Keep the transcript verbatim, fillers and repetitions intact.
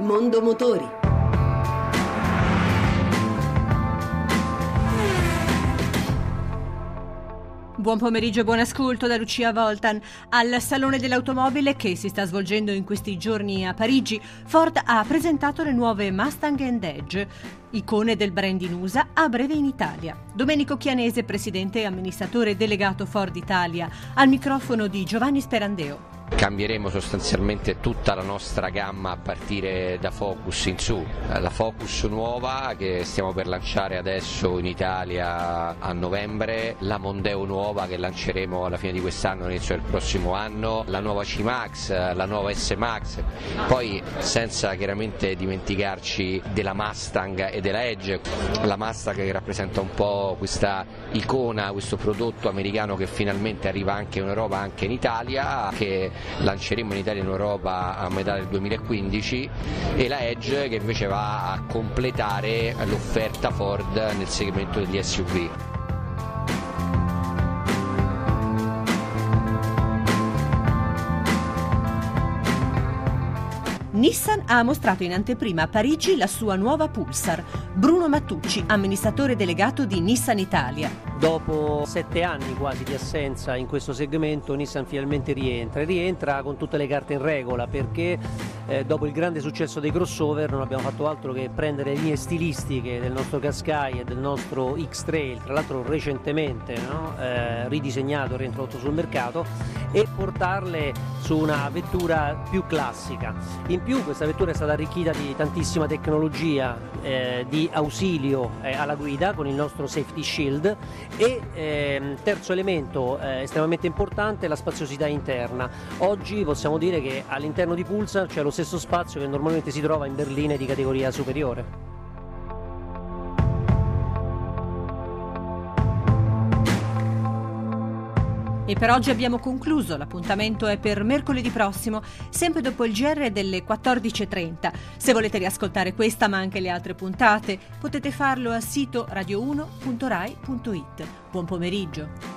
Mondo Motori. Buon pomeriggio e buon ascolto da Lucia Voltan. Al Salone dell'Automobile che si sta svolgendo in questi giorni a Parigi, Ford ha presentato le nuove Mustang and Edge, icone del brand in U S A, a breve in Italia. Domenico Chianese, presidente e amministratore delegato Ford Italia, al microfono di Giovanni Sperandeo. Cambieremo sostanzialmente tutta la nostra gamma a partire da Focus in su. La Focus nuova che stiamo per lanciare adesso in Italia a novembre, la Mondeo nuova che lanceremo alla fine di quest'anno, all'inizio del prossimo anno, la nuova C-Max, la nuova S-Max, poi senza chiaramente dimenticarci della Mustang e della Edge. La Mustang che rappresenta un po' questa icona, questo prodotto americano che finalmente arriva anche in Europa, anche in Italia, che lanceremo in Italia e in Europa a metà del duemilaquindici, e la Edge che invece va a completare l'offerta Ford nel segmento degli S U V. Nissan ha mostrato in anteprima a Parigi la sua nuova Pulsar. Bruno Mattucci, amministratore delegato di Nissan Italia. Dopo sette anni quasi di assenza in questo segmento, Nissan finalmente rientra e rientra con tutte le carte in regola, perché eh, dopo il grande successo dei crossover non abbiamo fatto altro che prendere le linee stilistiche del nostro Qashqai e del nostro X-Trail, tra l'altro recentemente no? eh, ridisegnato e reintrodotto sul mercato, e portarle su una vettura più classica. In più questa vettura è stata arricchita di tantissima tecnologia eh, di ausilio eh, alla guida con il nostro Safety Shield, e ehm, terzo elemento eh, estremamente importante, la spaziosità interna. Oggi possiamo dire che all'interno di Pulsar c'è lo stesso spazio che normalmente si trova in berline di categoria superiore. E per oggi abbiamo concluso. L'appuntamento è per mercoledì prossimo, sempre dopo il G R delle quattordici e trenta. Se volete riascoltare questa ma anche le altre puntate, potete farlo al sito radio uno punto rai punto it. Buon pomeriggio.